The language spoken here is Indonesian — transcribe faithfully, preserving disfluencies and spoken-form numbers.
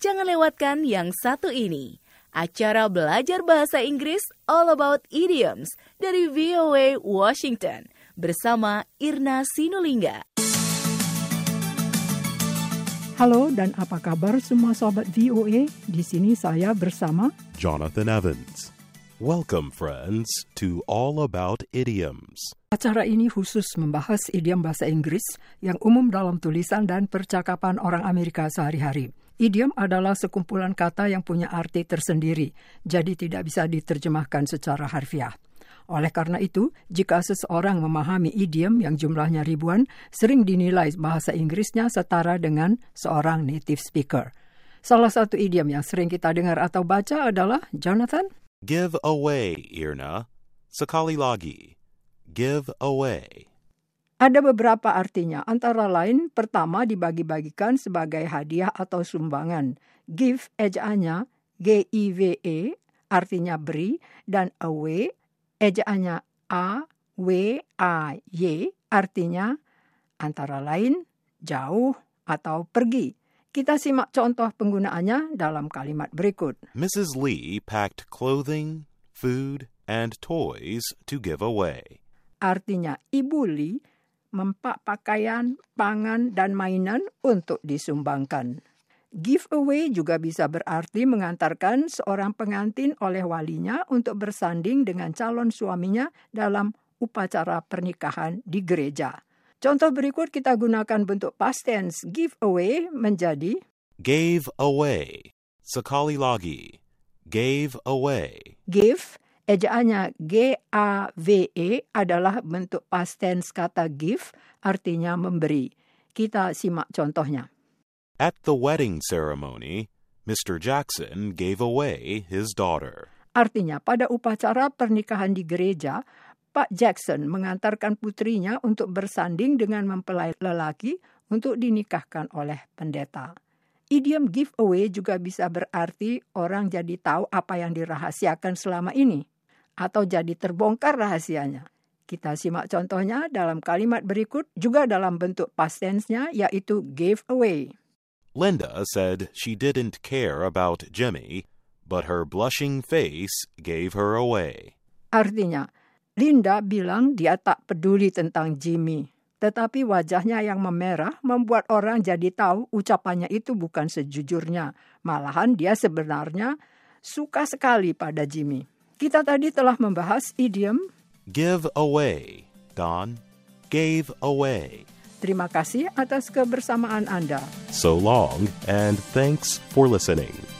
jangan lewatkan yang satu ini. Acara belajar bahasa Inggris All About Idioms dari V O A Washington bersama Irna Sinulinga. Halo dan apa kabar semua sobat V O A? Di sini saya bersama Jonathan Evans. Welcome friends to All About Idioms. Acara ini khusus membahas idiom bahasa Inggris yang umum dalam tulisan dan percakapan orang Amerika sehari-hari. Idiom adalah sekumpulan kata yang punya arti tersendiri, jadi tidak bisa diterjemahkan secara harfiah. Oleh karena itu, jika seseorang memahami idiom yang jumlahnya ribuan, sering dinilai bahasa Inggrisnya setara dengan seorang native speaker. Salah satu idiom yang sering kita dengar atau baca adalah, Jonathan? Give away, Irna. Sekali lagi. Give away. Ada beberapa artinya, antara lain pertama dibagi-bagikan sebagai hadiah atau sumbangan. Give ejaannya G I V E, artinya beri, dan away ejaannya A W A Y, artinya antara lain jauh atau pergi. Kita simak contoh penggunaannya dalam kalimat berikut. Missus Lee packed clothing, food, and toys to give away. Artinya, Ibu Lee mempak pakaian, pangan, dan mainan untuk disumbangkan. Give away juga bisa berarti mengantarkan seorang pengantin oleh walinya untuk bersanding dengan calon suaminya dalam upacara pernikahan di gereja. Contoh berikut kita gunakan bentuk past tense give away menjadi Gave away. Sekali lagi. Gave away. Give, ejaannya G A V E adalah bentuk past tense kata give, artinya memberi. Kita simak contohnya. At the wedding ceremony, Mister Jackson gave away his daughter. Artinya, pada upacara pernikahan di gereja, Pak Jackson mengantarkan putrinya untuk bersanding dengan mempelai lelaki untuk dinikahkan oleh pendeta. Idiom give away juga bisa berarti orang jadi tahu apa yang dirahasiakan selama ini, atau jadi terbongkar rahasianya. Kita simak contohnya dalam kalimat berikut, juga dalam bentuk past tense-nya, yaitu gave away. Linda said she didn't care about Jimmy, but her blushing face gave her away. Artinya, Linda bilang dia tak peduli tentang Jimmy, tetapi wajahnya yang memerah membuat orang jadi tahu ucapannya itu bukan sejujurnya. Malahan dia sebenarnya suka sekali pada Jimmy. Kita tadi telah membahas idiom Give away dan gave away. Terima kasih atas kebersamaan Anda. So long and thanks for listening.